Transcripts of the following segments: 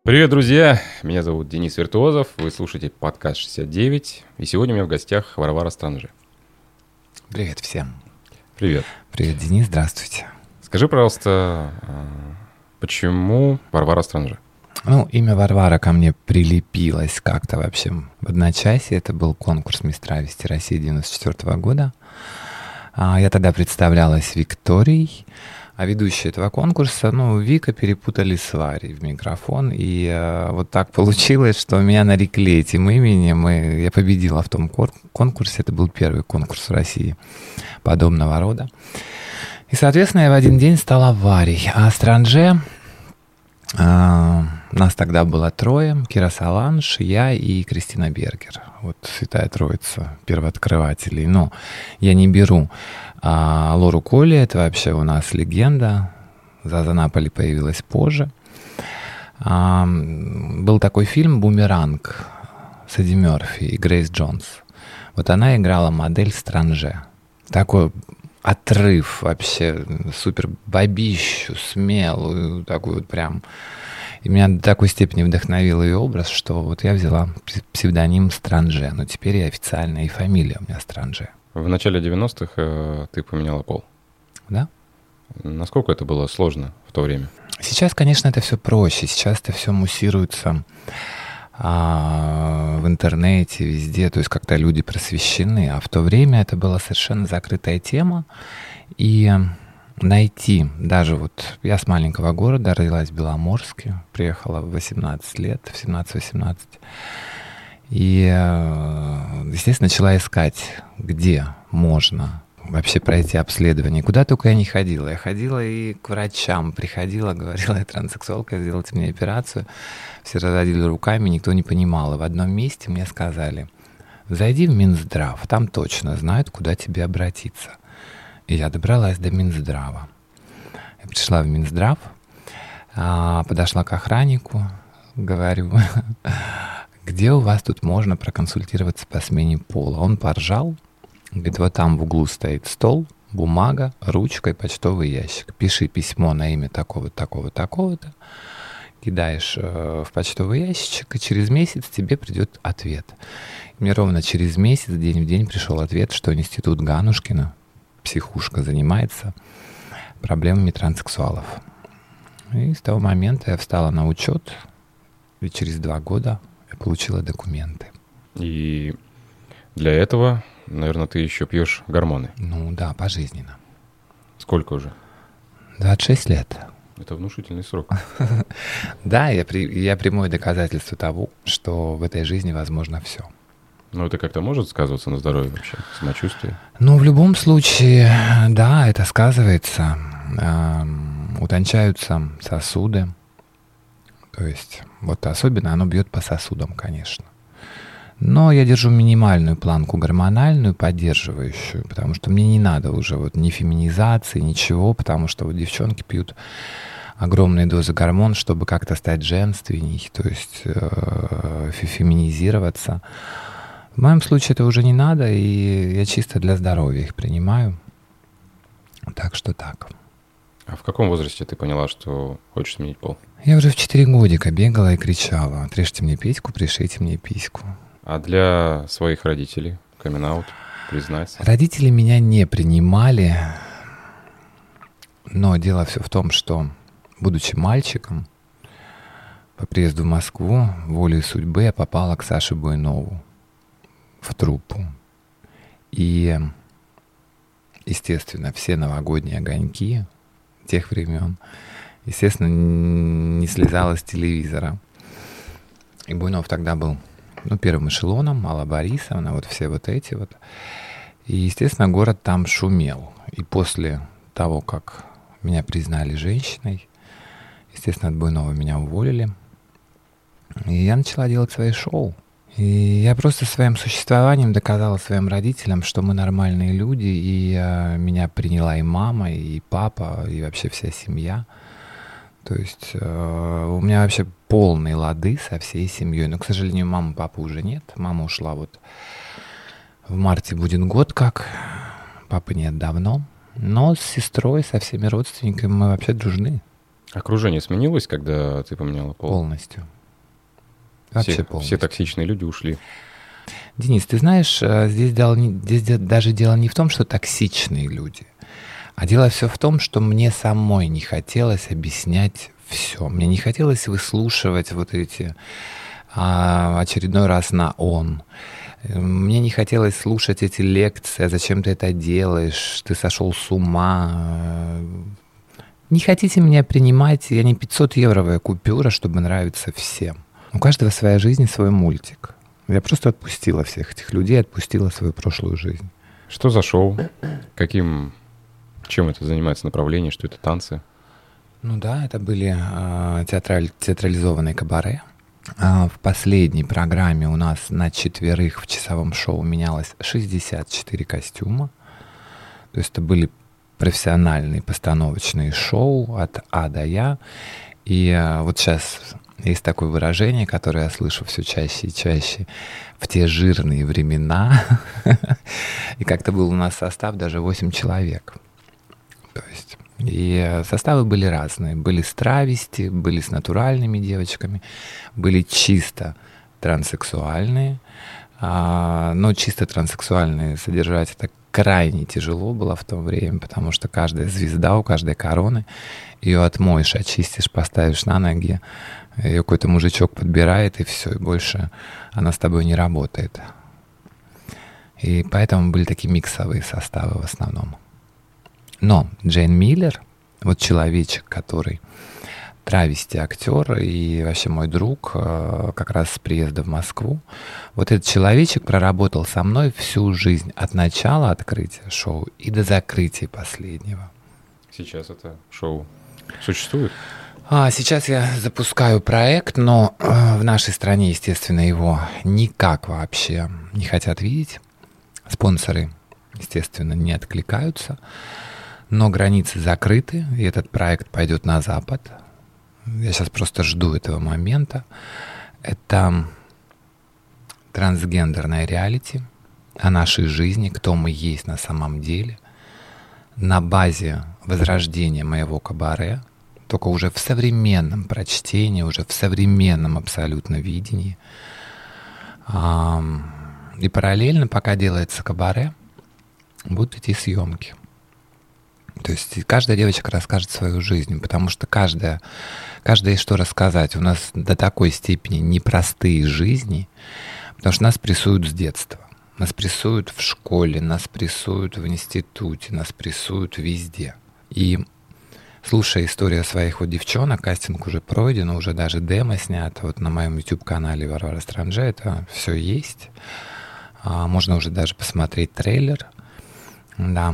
Привет, друзья! Меня зовут Денис Виртуозов, вы слушаете подкаст 69, и сегодня у меня в гостях Варвара Странже. Привет всем. Привет. Привет, Денис, здравствуйте. Скажи, пожалуйста, почему Варвара Странже? Имя Варвара ко мне прилепилось как-то вообще в одночасье. Это был конкурс «Мисс Травести России» 94 года. Я тогда представлялась Викторией, а ведущая этого конкурса, Вика перепутали с Варей в микрофон. И вот так получилось, что меня нарекли этим именем. И я победила в том конкурсе. Это был первый конкурс в России подобного рода. И, соответственно, я в один день стала Варей. А Странже... Нас тогда было трое: Кира Соланж, я и Кристина Бергер. Вот святая троица первооткрывателей. Но я не беру Лору Колли, это вообще у нас легенда. Заза Наполи появилась позже. Был такой фильм «Бумеранг» с Эдди Мерфи и Грейс Джонс. Вот она играла модель Странже. Такой отрыв вообще, супер бабищу, смелую, такую вот прям. И меня до такой степени вдохновил ее образ, что вот я взяла псевдоним Странже. Но теперь я официально, и фамилия у меня Странже. В начале 90-х ты поменяла пол. Да? Насколько это было сложно в то время? Сейчас, конечно, это все проще. Сейчас это все муссируется в интернете, везде, то есть как-то люди просвещены, а в то время это была совершенно закрытая тема, и найти, даже вот я с маленького города, родилась в Беломорске, приехала в 18 лет, в 17-18, и, естественно, начала искать, где можно вообще пройти обследование. Куда только я не ходила. Я ходила и к врачам, приходила, говорила: я транссексуалка, сделайте мне операцию. Все разводили руками, никто не понимал. И в одном месте мне сказали: зайди в Минздрав, там точно знают, куда тебе обратиться. И я добралась до Минздрава. Я пришла в Минздрав, подошла к охраннику, говорю: где у вас тут можно проконсультироваться по смене пола? Он поржал. Говорит: вот там в углу стоит стол, бумага, ручка и почтовый ящик. Пиши письмо на имя такого-то, такого-то, такого-то, кидаешь в почтовый ящичек, и через месяц тебе придет ответ. И мне ровно через месяц, день в день, пришел ответ, что институт Ганушкина, психушка, занимается проблемами транссексуалов. И с того момента я встала на учет, и через 2 года я получила документы. И для этого, наверное, ты еще пьешь гормоны. Да, пожизненно. Сколько уже? 26 лет. Это внушительный срок. Да, я прямое доказательство того, что в этой жизни возможно все. Но это как-то может сказываться на здоровье вообще, самочувствие? В любом случае, да, это сказывается. Утончаются сосуды. То есть, вот особенно оно бьет по сосудам, конечно. Но я держу минимальную планку гормональную, поддерживающую, потому что мне не надо уже ни феминизации, ничего, потому что вот девчонки пьют огромные дозы гормон, чтобы как-то стать женственней, то есть феминизироваться. В моем случае это уже не надо, и я чисто для здоровья их принимаю. Так что так. А в каком возрасте ты поняла, что хочешь сменить пол? Я уже в 4 годика бегала и кричала: отрежьте мне письку, пришейте мне письку. А для своих родителей камин-аут, признаться? Родители меня не принимали, но дело все в том, что, будучи мальчиком, по приезду в Москву, волей судьбы, я попала к Саше Буйнову в труппу. И, естественно, все новогодние огоньки тех времен, естественно, не слезала с телевизора. И Буйнов тогда был первым эшелоном, Алла Борисовна, вот все вот эти вот. И, естественно, город там шумел. И после того, как меня признали женщиной, естественно, от Буйнова меня уволили. И я начала делать свои шоу. И я просто своим существованием доказала своим родителям, что мы нормальные люди, и меня приняла и мама, и папа, и вообще вся семья. То есть у меня вообще полные лады со всей семьей. Но, к сожалению, мамы, папы уже нет. Мама ушла вот в марте будет год как. Папы нет давно. Но с сестрой, со всеми родственниками мы вообще дружны. Окружение сменилось, когда ты поменяла пол? Полностью. Вообще Все полностью. токсичные люди ушли. Денис, ты знаешь, здесь даже дело не в том, что токсичные люди, а дело все в том, что мне самой не хотелось объяснять все. Мне не хотелось выслушивать вот эти очередной раз на «он». Мне не хотелось слушать эти лекции, зачем ты это делаешь, ты сошел с ума. Не хотите меня принимать, я не 500-евровая купюра, чтобы нравиться всем. У каждого своя жизнь, свой мультик. Я просто отпустила всех этих людей, отпустила свою прошлую жизнь. Что за шоу? Чем это занимается направление? Что это танцы? Ну да, это были театрализованные кабаре. В последней программе у нас на 4 в часовом шоу менялось 64 костюма. То есть это были профессиональные постановочные шоу от А до Я. И вот сейчас есть такое выражение, которое я слышу все чаще и чаще. В те жирные времена. И как-то был у нас состав даже 8 человек. То есть, и составы были разные. Были с травести, были с натуральными девочками, были чисто транссексуальные. Но чисто транссексуальные содержать это крайне тяжело было в то время, потому что каждая звезда, у каждой короны, ее отмоешь, очистишь, поставишь на ноги, ее какой-то мужичок подбирает, и все, и больше она с тобой не работает. И поэтому были такие миксовые составы в основном. Но Джейн Миллер, вот человечек, который травести-актер и вообще мой друг, как раз с приезда в Москву, вот этот человечек проработал со мной всю жизнь, от начала открытия шоу и до закрытия последнего. Сейчас это шоу существует? Сейчас я запускаю проект, но в нашей стране, естественно, его никак вообще не хотят видеть. Спонсоры, естественно, не откликаются. Но границы закрыты, и этот проект пойдет на Запад. Я сейчас просто жду этого момента. Это трансгендерное реалити о нашей жизни, кто мы есть на самом деле, на базе возрождения моего кабаре, только уже в современном прочтении, уже в современном абсолютно видении. И параллельно, пока делается кабаре, будут идти съемки. То есть каждая девочка расскажет свою жизнь, потому что каждая есть что рассказать. У нас до такой степени непростые жизни, потому что нас прессуют с детства. Нас прессуют в школе, нас прессуют в институте, нас прессуют везде. И слушая историю своих вот девчонок, кастинг уже пройден, уже даже демо снято. Вот на моем YouTube-канале Варвара Странже это все есть. Можно уже даже посмотреть трейлер. Да.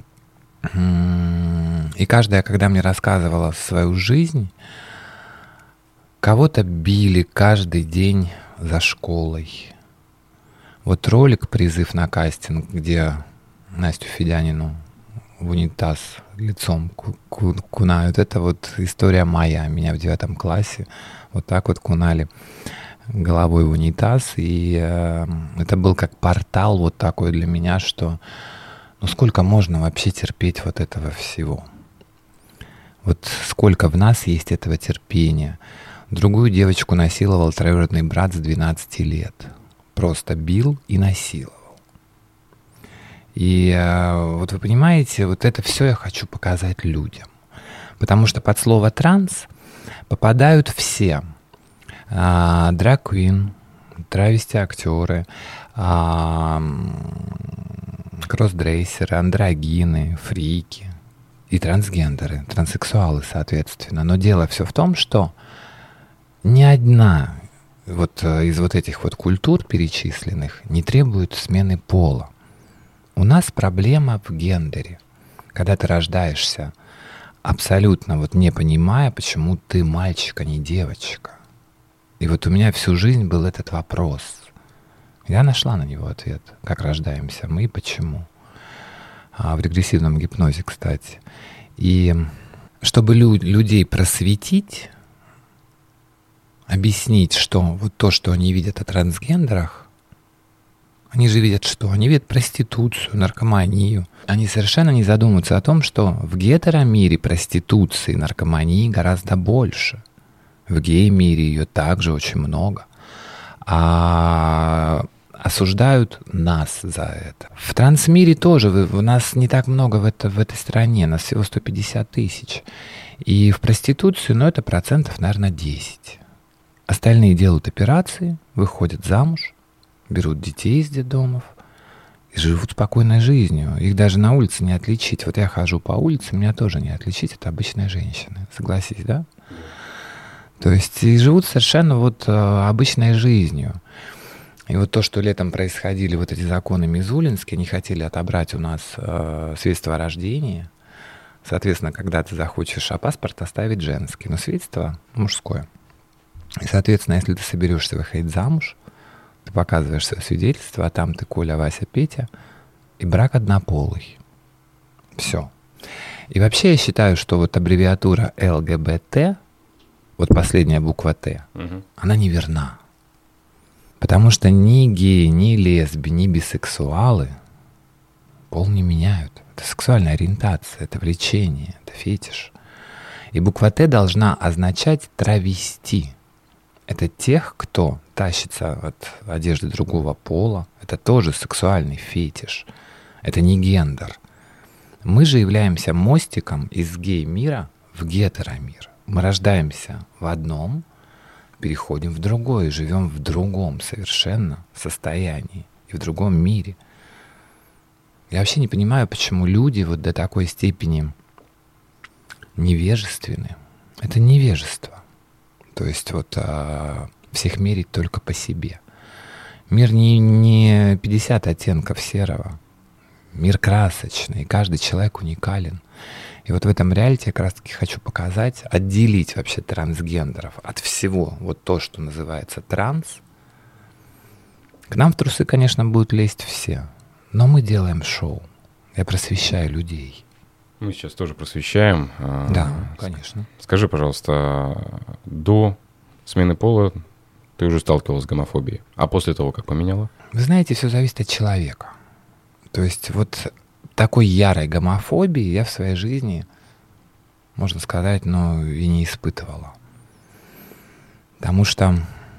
И каждая, когда мне рассказывала свою жизнь, кого-то били каждый день за школой. Вот ролик «Призыв на кастинг», где Настю Федянину в унитаз лицом кунают. Это вот история моя. Меня в 9 классе вот так вот кунали головой в унитаз. И это был как портал вот такой для меня, что сколько можно вообще терпеть вот этого всего? Вот сколько в нас есть этого терпения? Другую девочку насиловал троюродный брат с 12 лет. Просто бил и насиловал. И вот вы понимаете, вот это все я хочу показать людям. Потому что под слово «транс» попадают все. Драг-квин, травести-актеры, кроссдрессеры, андрогины, фрики и трансгендеры, транссексуалы, соответственно. Но дело все в том, что ни одна вот из вот этих вот культур перечисленных не требует смены пола. У нас проблема в гендере. Когда ты рождаешься, абсолютно вот не понимая, почему ты мальчик, а не девочка. И вот у меня всю жизнь был этот вопрос. Я нашла на него ответ, как рождаемся мы и почему. В регрессивном гипнозе, кстати. И чтобы людей просветить, объяснить, что вот то, что они видят о трансгендерах, они же видят что? Они видят проституцию, наркоманию. Они совершенно не задумываются о том, что в гетеромире проституции, наркомании гораздо больше. В гей-мире ее также очень много. а осуждают нас за это. В трансмире тоже у нас не так много в этой стране, нас всего 150 тысяч. И в проституцию, это процентов, наверное, 10. Остальные делают операции, выходят замуж, берут детей из детдомов и живут спокойной жизнью. Их даже на улице не отличить. Вот я хожу по улице, меня тоже не отличить от обычной женщины. Согласись, да? То есть и живут совершенно обычной жизнью. И вот то, что летом происходили вот эти законы Мизулинские, они хотели отобрать у нас свидетельство о рождении. Соответственно, когда ты захочешь паспорт оставить женский, но свидетельство мужское. И, соответственно, если ты соберешься выходить замуж, ты показываешь свое свидетельство, а там ты Коля, Вася, Петя, и брак однополый. Все. И вообще я считаю, что аббревиатура ЛГБТ, последняя буква Т, она неверна. Потому что ни геи, ни лесби, ни бисексуалы пол не меняют. Это сексуальная ориентация, это влечение, это фетиш. И буква Т должна означать травести. Это тех, кто тащится от одежды другого пола. Это тоже сексуальный фетиш. Это не гендер. Мы же являемся мостиком из гей-мира в гетеромир. Мы рождаемся в одном, переходим в другое, живем в другом совершенно состоянии и в другом мире. Я вообще не понимаю, почему люди до такой степени невежественны. Это невежество. То есть всех мерить только по себе. Мир не 50 оттенков серого. Мир красочный, каждый человек уникален. И в этом реалити я как раз-таки хочу показать, отделить вообще трансгендеров от всего то, что называется транс. К нам в трусы, конечно, будут лезть все, но мы делаем шоу. Я просвещаю людей. Мы сейчас тоже просвещаем. Да, конечно. Скажи, пожалуйста, до смены пола ты уже сталкивалась с гомофобией, а после того, как поменяла? Вы знаете, все зависит от человека. То есть такой ярой гомофобии я в своей жизни, можно сказать, и не испытывала. Потому что,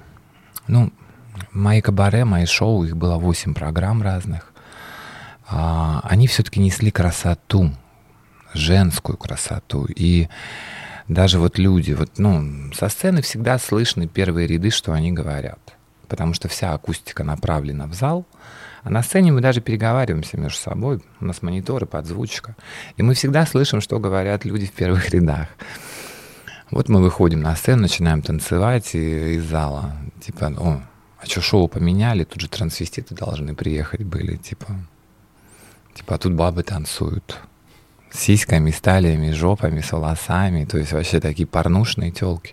мои кабаре, мои шоу, их было 8 программ разных, они все-таки несли красоту, женскую красоту. И даже люди, со сцены всегда слышны первые ряды, что они говорят. Потому что вся акустика направлена в зал, а на сцене мы даже переговариваемся между собой, у нас мониторы, подзвучка, и мы всегда слышим, что говорят люди в первых рядах. Мы выходим на сцену, начинаем танцевать из зала, а что, шоу поменяли, тут же трансвеститы должны приехать были, а тут бабы танцуют с сиськами, с талиями, с жопами, с волосами, то есть вообще такие порнушные тёлки.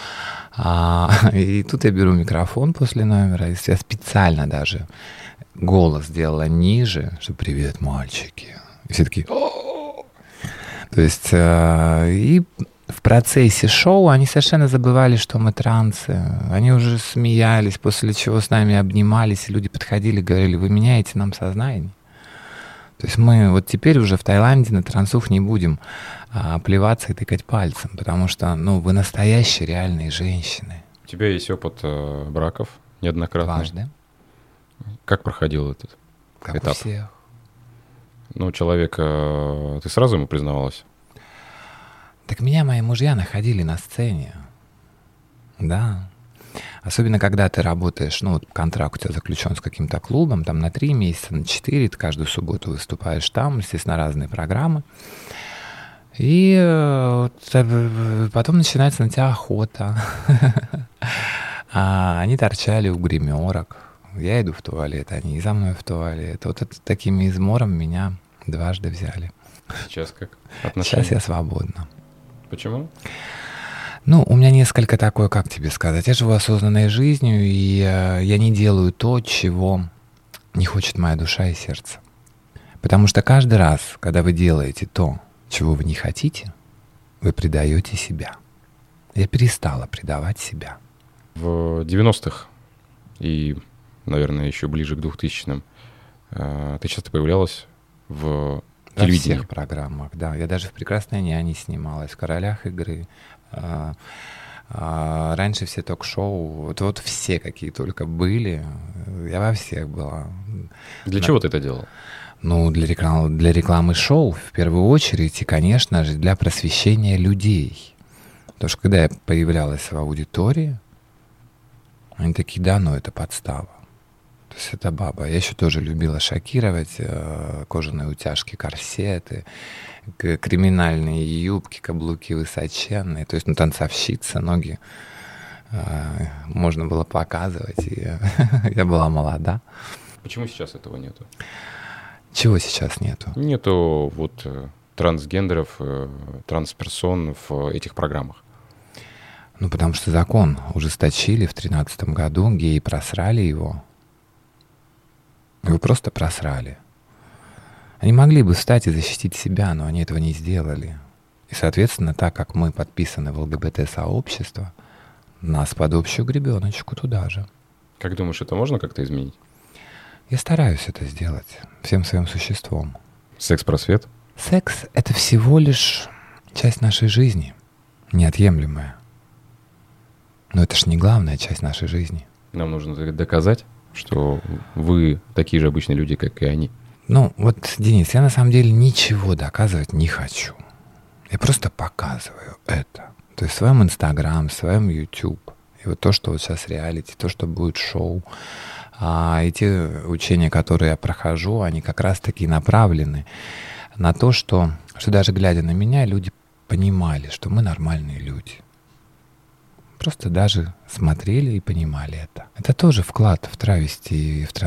И тут я беру микрофон после номера, и я специально даже голос сделала ниже, что «Привет, мальчики». И все такие «О-о-о!». То есть и в процессе шоу они совершенно забывали, что мы трансы. Они уже смеялись, после чего с нами обнимались, и люди подходили и говорили: «Вы меняете нам сознание». То есть мы теперь уже в Таиланде на трансух не будем плеваться и тыкать пальцем, потому что, вы настоящие реальные женщины. У тебя есть опыт браков неоднократно? Дважды. Как проходил этот как этап? У всех. Человека, ты сразу ему признавалась? Так меня мои мужья находили на сцене. Да. Особенно, когда ты работаешь, контракт у тебя заключен с каким-то клубом, там на 3 месяца, на 4, ты каждую субботу выступаешь там, естественно, разные программы. И потом начинается на тебя охота. Они торчали у гримерок. Я иду в туалет, они за мной в туалет. Таким измором меня дважды взяли. Сейчас как отношения? Сейчас я свободна. Почему? У меня несколько такое, как тебе сказать. Я живу осознанной жизнью, и я не делаю то, чего не хочет моя душа и сердце. Потому что каждый раз, когда вы делаете то, чего вы не хотите, вы предаете себя. Я перестала предавать себя. В 90-х и, наверное, еще ближе к 2000-м ты часто появлялась в телевидении. Во всех программах, да. Я даже в «Прекрасной няне» снималась, в «Королях игры». Раньше все ток-шоу, вот все, какие только были, я во всех была. Для чего ты это делал? Ну, для рекламы шоу, в первую очередь, и, конечно же, для просвещения людей. Потому что когда я появлялась в аудитории, они такие, да, ну это подстава. То есть это баба. Я еще тоже любила шокировать, кожаные утяжки, корсеты, криминальные юбки, каблуки высоченные. То есть, ну, танцовщица, ноги можно было показывать. И я была молода. Почему сейчас этого нету? Чего сейчас нету? Нету вот трансгендеров, трансперсон в этих программах. Ну, потому что закон ужесточили в 2013 году, геи просрали его. Его просто просрали. Они могли бы встать и защитить себя, но они этого не сделали. И, соответственно, так как мы подписаны в ЛГБТ-сообщество, нас под общую гребеночку туда же. Как думаешь, это можно как-то изменить? Я стараюсь это сделать всем своим существом. Секс-просвет? Секс — это всего лишь часть нашей жизни, неотъемлемая. Но это ж не главная часть нашей жизни. Нам нужно доказать, что вы такие же обычные люди, как и они. Ну, вот, Денис, я на самом деле ничего доказывать не хочу. Я просто показываю это. То есть в своем Инстаграм, в своем YouTube. И вот то, что вот сейчас реалити, то, что будет шоу. И те учения, которые я прохожу, они как раз-таки направлены на то, что даже глядя на меня, люди понимали, что мы нормальные люди. Просто даже смотрели и понимали это. Это тоже вклад в травести и в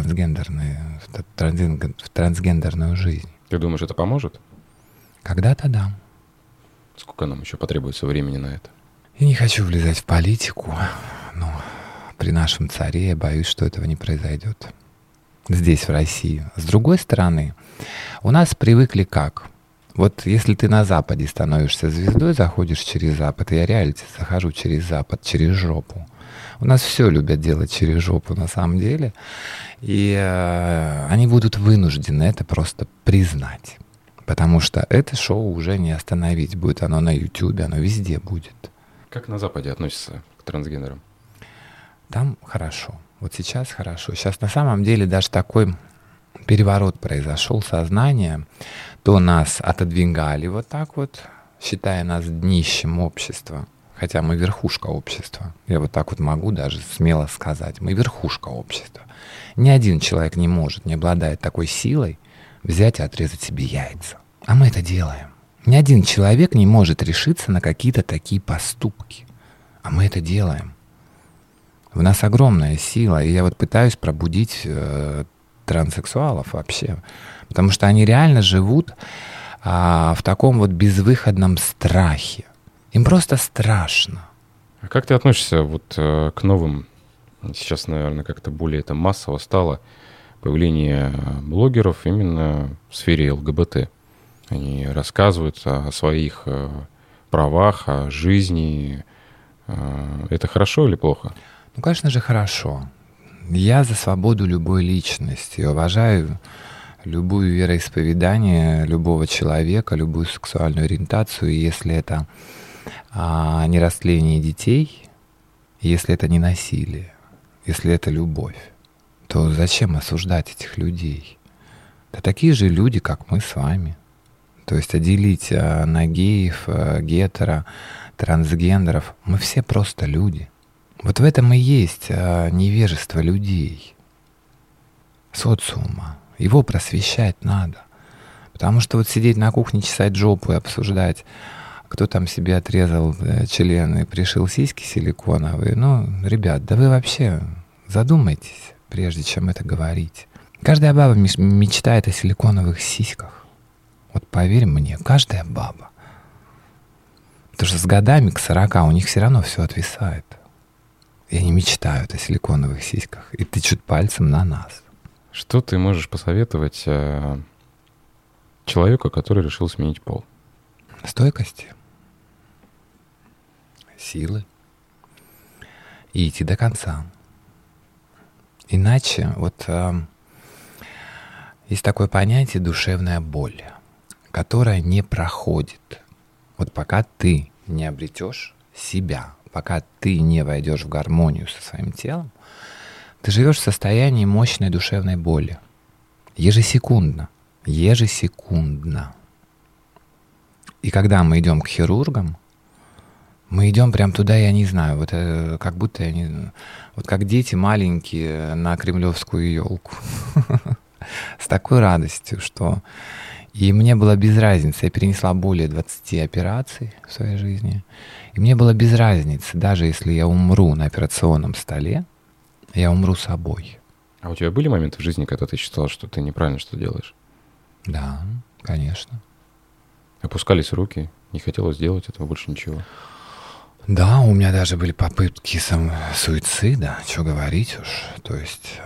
трансгендерную жизнь. Ты думаешь, это поможет? Когда-то да. Сколько нам еще потребуется времени на это? Я не хочу влезать в политику, но при нашем царе я боюсь, что этого не произойдет. Здесь, в России. С другой стороны, у нас привыкли как? Вот если ты на Западе становишься звездой, заходишь через Запад, я реалити захожу через Запад, через жопу. У нас все любят делать через жопу на самом деле. И они будут вынуждены это просто признать. Потому что это шоу уже не остановить. Будет оно на Ютубе, оно везде будет. Как на Западе относятся к трансгендерам? Там хорошо. Вот сейчас хорошо. Сейчас на самом деле даже такой переворот произошел сознания. То нас отодвигали вот так вот, считая нас днищем общества. Хотя мы верхушка общества. Я вот так вот могу даже смело сказать. Мы верхушка общества. Ни один человек не может, не обладает такой силой, взять и отрезать себе яйца. А мы это делаем. Ни один человек не может решиться на какие-то такие поступки. А мы это делаем. В нас огромная сила. И я вот пытаюсь пробудить транссексуалов вообще. Потому что они реально живут в таком вот безвыходном страхе. Им просто страшно. А как ты относишься вот к новым, сейчас, наверное, как-то более это массово стало, появление блогеров именно в сфере ЛГБТ? Они рассказывают о своих правах, о жизни. Это хорошо или плохо? Ну, конечно же, хорошо. Я за свободу любой личности. Я уважаю любое вероисповедание любого человека, любую сексуальную ориентацию. И если это не растление детей, если это не насилие, если это любовь, то зачем осуждать этих людей? Это такие же люди, как мы с вами. То есть отделить на геев, гетеро, трансгендеров. Мы все просто люди. Вот в этом и есть невежество людей, социума. Его просвещать надо. Потому что вот сидеть на кухне, чесать жопу и обсуждать, кто там себе отрезал член и пришил сиськи силиконовые. Ну, ребят, да вы вообще задумайтесь, прежде чем это говорить. Каждая баба мечтает о силиконовых сиськах. Вот поверь мне, каждая баба. Потому что с годами, к 40, у них все равно все отвисает. И они мечтают о силиконовых сиськах и тычут пальцем на нас. Что ты можешь посоветовать человеку, который решил сменить пол? Стойкости, силы и идти до конца. Иначе вот есть такое понятие душевная боль, которая не проходит. Вот пока ты не обретешь себя, пока ты не войдешь в гармонию со своим телом, ты живешь в состоянии мощной душевной боли. Ежесекундно. Ежесекундно. И когда мы идем к хирургам, мы идем прям туда, я не знаю, вот как будто вот как дети маленькие на кремлевскую елку. С такой радостью, что... И мне было без разницы, я перенесла более 20 операций в своей жизни, и мне было без разницы, даже если я умру на операционном столе, я умру собой. А у тебя были моменты в жизни, когда ты считал, что ты неправильно что делаешь? Да, конечно. Опускались руки, не хотелось делать этого больше ничего? Да, у меня даже были попытки суицида, что говорить уж. То есть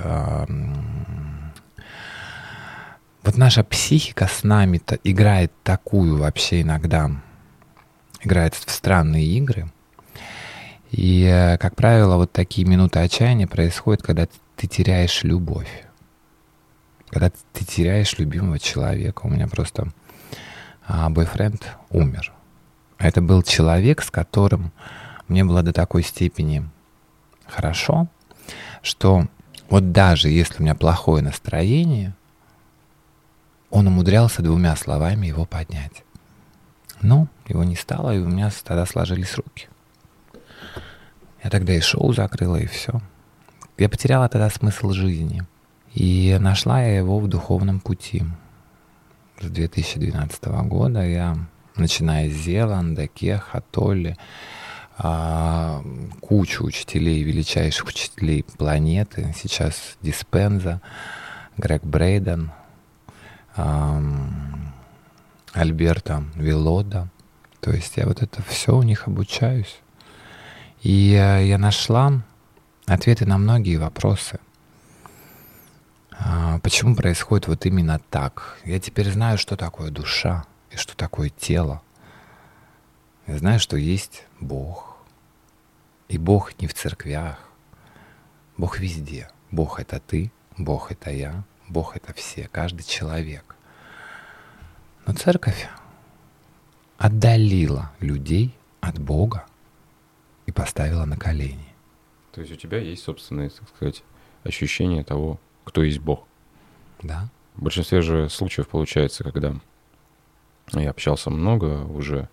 вот наша психика с нами-то играет такую вообще иногда, играет в странные игры. И, как правило, вот такие минуты отчаяния происходят, когда ты теряешь любовь. Когда ты теряешь любимого человека. У меня просто бойфренд умер. Это был человек, с которым мне было до такой степени хорошо, что вот даже если у меня плохое настроение, он умудрялся 2 словами его поднять. Но его не стало, и у меня тогда сложились руки. Я тогда и шоу закрыла, и все. Я потеряла тогда смысл жизни. И нашла я его в духовном пути. С 2012 года я, начиная с Зеланда, Кеха, Толли, кучу учителей, величайших учителей планеты. Сейчас Диспенза, Грег Брейден, Альберто Виллода. То есть я вот это все у них обучаюсь. И я нашла ответы на многие вопросы. Почему происходит вот именно так? Я теперь знаю, что такое душа и что такое тело. Я знаю, что есть Бог. И Бог не в церквях. Бог везде. Бог — это ты, Бог — это я, Бог — это все, каждый человек. Но церковь отдалила людей от Бога и поставила на колени. То есть у тебя есть собственное, так сказать, ощущение того, кто есть Бог. Да. В большинстве же случаев получается, когда я общался много уже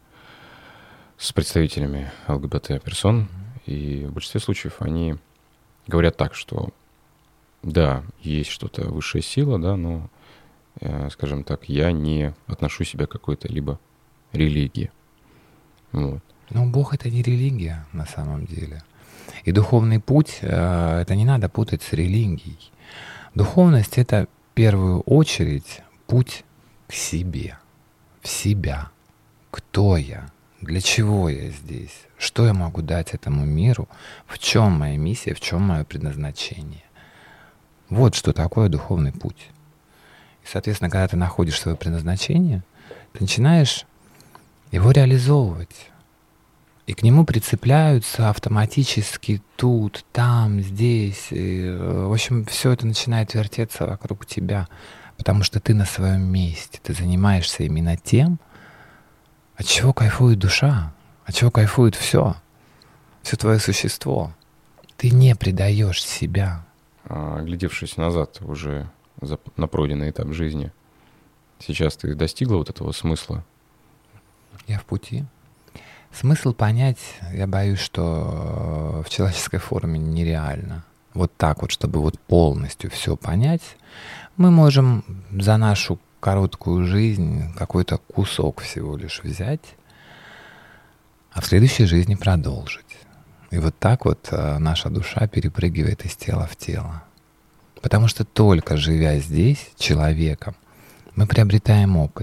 с представителями ЛГБТ-персон, и в большинстве случаев они говорят так, что да, есть что-то высшая сила, да, но, скажем так, я не отношу себя к какой-то либо религии. Вот. Но Бог — это не религия на самом деле. И духовный путь это не надо путать с религией. Духовность — это в первую очередь путь к себе, в себя. Кто я? Для чего я здесь? Что я могу дать этому миру? В чем моя миссия? В чем мое предназначение? Вот что такое духовный путь. И, соответственно, когда ты находишь свое предназначение, ты начинаешь его реализовывать. И к нему прицепляются автоматически тут, там, здесь. И, в общем, все это начинает вертеться вокруг тебя, потому что ты на своем месте. Ты занимаешься именно тем, от чего кайфует душа, от чего кайфует все твое существо. Ты не предаешь себя. Глядевшись назад уже на пройденный этап жизни, сейчас ты достигла вот этого смысла? Я в пути. Смысл понять, я боюсь, что в человеческой форме нереально. Вот так вот, чтобы вот полностью все понять, мы можем за нашу короткую жизнь какой-то кусок всего лишь взять, а в следующей жизни продолжить. И вот так вот наша душа перепрыгивает из тела в тело. Потому что только живя здесь, человеком, мы приобретаем опыт.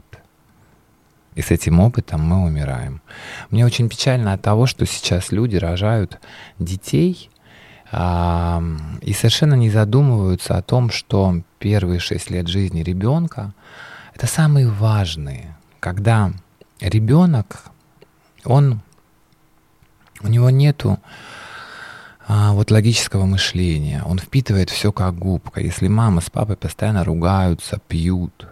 И с этим опытом мы умираем. Мне очень печально от того, что сейчас люди рожают детей и совершенно не задумываются о том, что первые 6 лет жизни ребенка — это самые важные. Когда ребенок, у него нету вот логического мышления, он впитывает все как губка. Если мама с папой постоянно ругаются, пьют,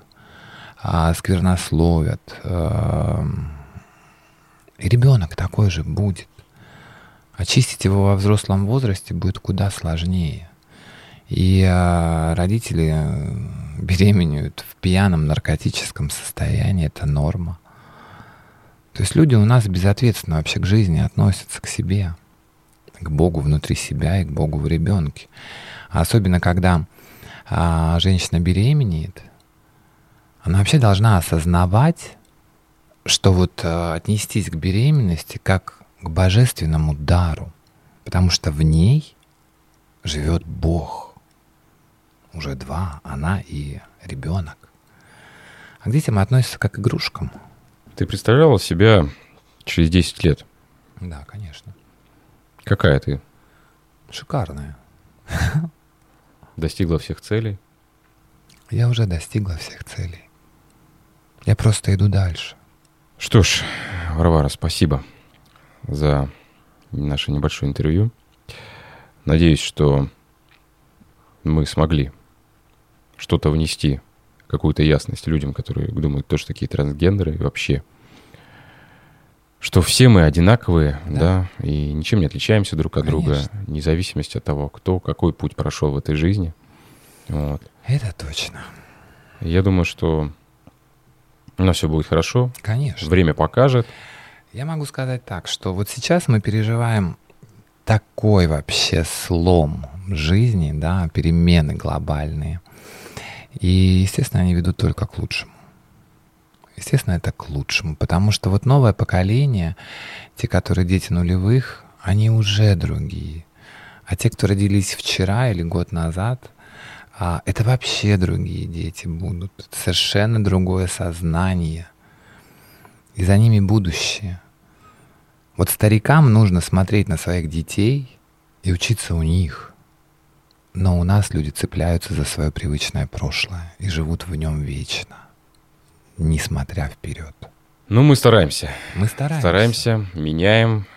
сквернословят, и ребенок такой же будет. Очистить его во взрослом возрасте будет куда сложнее. И родители беременеют в пьяном наркотическом состоянии, это норма. То есть люди у нас безответственно вообще к жизни относятся, к себе, к Богу внутри себя и к Богу в ребенке. А особенно когда женщина беременеет, она вообще должна осознавать, что вот отнестись к беременности как к божественному дару, потому что в ней живет Бог. Уже два, она и ребенок. А к детям относятся как к игрушкам. Ты представляла себя через 10 лет? Да, конечно. Какая ты? Шикарная. Достигла всех целей? Я уже достигла всех целей. Я просто иду дальше. Что ж, Варвара, спасибо за наше небольшое интервью. Надеюсь, что мы смогли что-то внести, какую-то ясность людям, которые думают тоже такие трансгендеры и вообще, что все мы одинаковые, да, и ничем не отличаемся друг от друга, вне зависимости от того, кто какой путь прошел в этой жизни. Вот. Это точно. Я думаю, что у нас все будет хорошо. Конечно. Время покажет. Я могу сказать так, что вот сейчас мы переживаем такой вообще слом жизни, да, перемены глобальные. И, естественно, они ведут только к лучшему. Естественно, это к лучшему, потому что вот новое поколение, те, которые дети нулевых, они уже другие. А те, кто родились вчера или год назад, это вообще другие дети будут. Это совершенно другое сознание. И за ними будущее. Вот старикам нужно смотреть на своих детей и учиться у них. Но у нас люди цепляются за свое привычное прошлое и живут в нем вечно, не смотря вперед. Ну, мы стараемся. Мы стараемся. Стараемся, меняем.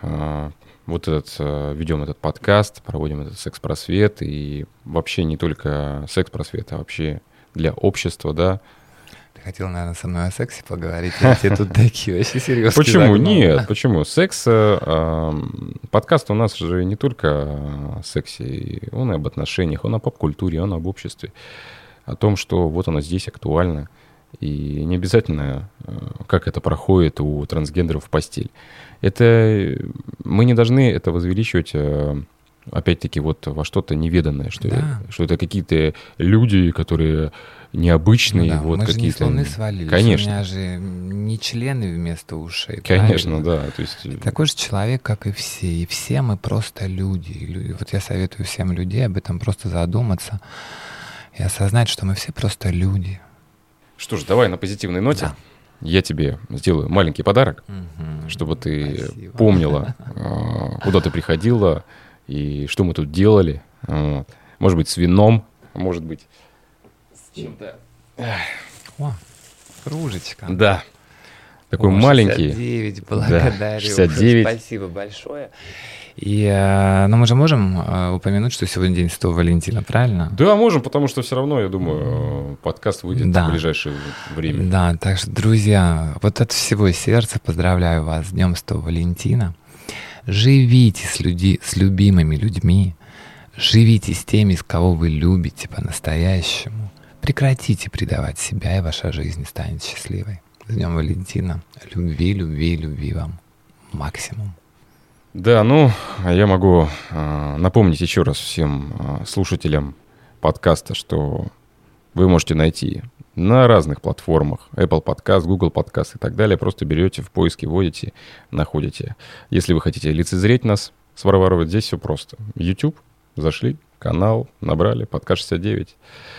Ведем этот подкаст, проводим этот секс-просвет. И вообще не только секс-просвет, а вообще для общества, да. Ты хотел, наверное, со мной о сексе поговорить, а тебе тут такие вообще серьезные. Почему? Нет, почему? Секс, подкаст у нас же не только о сексе, он и об отношениях, он о поп-культуре, он об обществе, о том, что вот оно здесь актуально. И не обязательно, как это проходит у трансгендеров в постель. Это мы не должны это возвеличивать, опять-таки, вот во что-то неведанное, что это какие-то люди, которые необычные, вот мы какие-то. Мы же не с Луны свалились. Конечно. У меня же не члены вместо ушей. Конечно, правильно? да. То есть. Такой же человек, как и все. И все мы просто люди. И вот я советую всем людей об этом просто задуматься и осознать, что мы все просто люди. Что ж, давай на позитивной ноте. Я тебе сделаю маленький подарок, чтобы ты помнила, куда ты приходила и что мы тут делали. Вот. Может быть, с вином, может быть, с чем-то. О, кружечка. Да. Такой маленький. 69, благодарю. Да, 69. Спасибо большое. Но мы же можем упомянуть, что сегодня день Святого Валентина, правильно? Да, можем, потому что все равно, я думаю, подкаст выйдет в ближайшее время. Да, так что, друзья, вот от всего сердца поздравляю вас с Днем Святого Валентина. Живите с любимыми людьми, живите с теми, с кого вы любите по-настоящему. Прекратите предавать себя, и ваша жизнь станет счастливой. С Днем Валентина. Любви, любви, любви вам. Максимум. Да, я могу напомнить еще раз всем слушателям подкаста, что вы можете найти на разных платформах. Apple Podcast, Google Podcast и так далее. Просто берете в поиске, вводите, находите. Если вы хотите лицезреть нас с Варварой, здесь все просто. YouTube, зашли, канал, набрали, подкаст 69.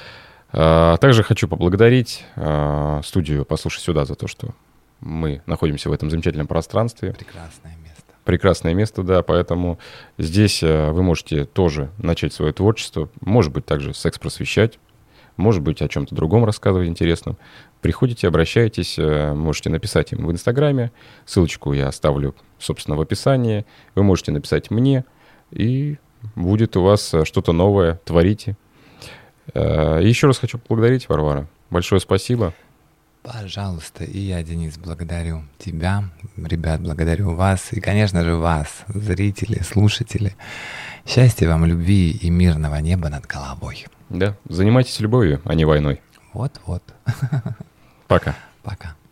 Также хочу поблагодарить студию «Послушай сюда» за то, что мы находимся в этом замечательном пространстве. Прекрасное место, да, поэтому здесь вы можете тоже начать свое творчество, может быть, также секс просвещать, может быть, о чем-то другом рассказывать интересном. Приходите, обращайтесь, можете написать им в Инстаграме, ссылочку я оставлю, собственно, в описании, вы можете написать мне, и будет у вас что-то новое, творите. Еще раз хочу поблагодарить, Варвара, большое спасибо. Пожалуйста. И я, Денис, благодарю тебя, ребят, благодарю вас. И, конечно же, вас, зрители, слушатели. Счастья вам, любви и мирного неба над головой. Да, занимайтесь любовью, а не войной. Вот-вот. Пока. Пока.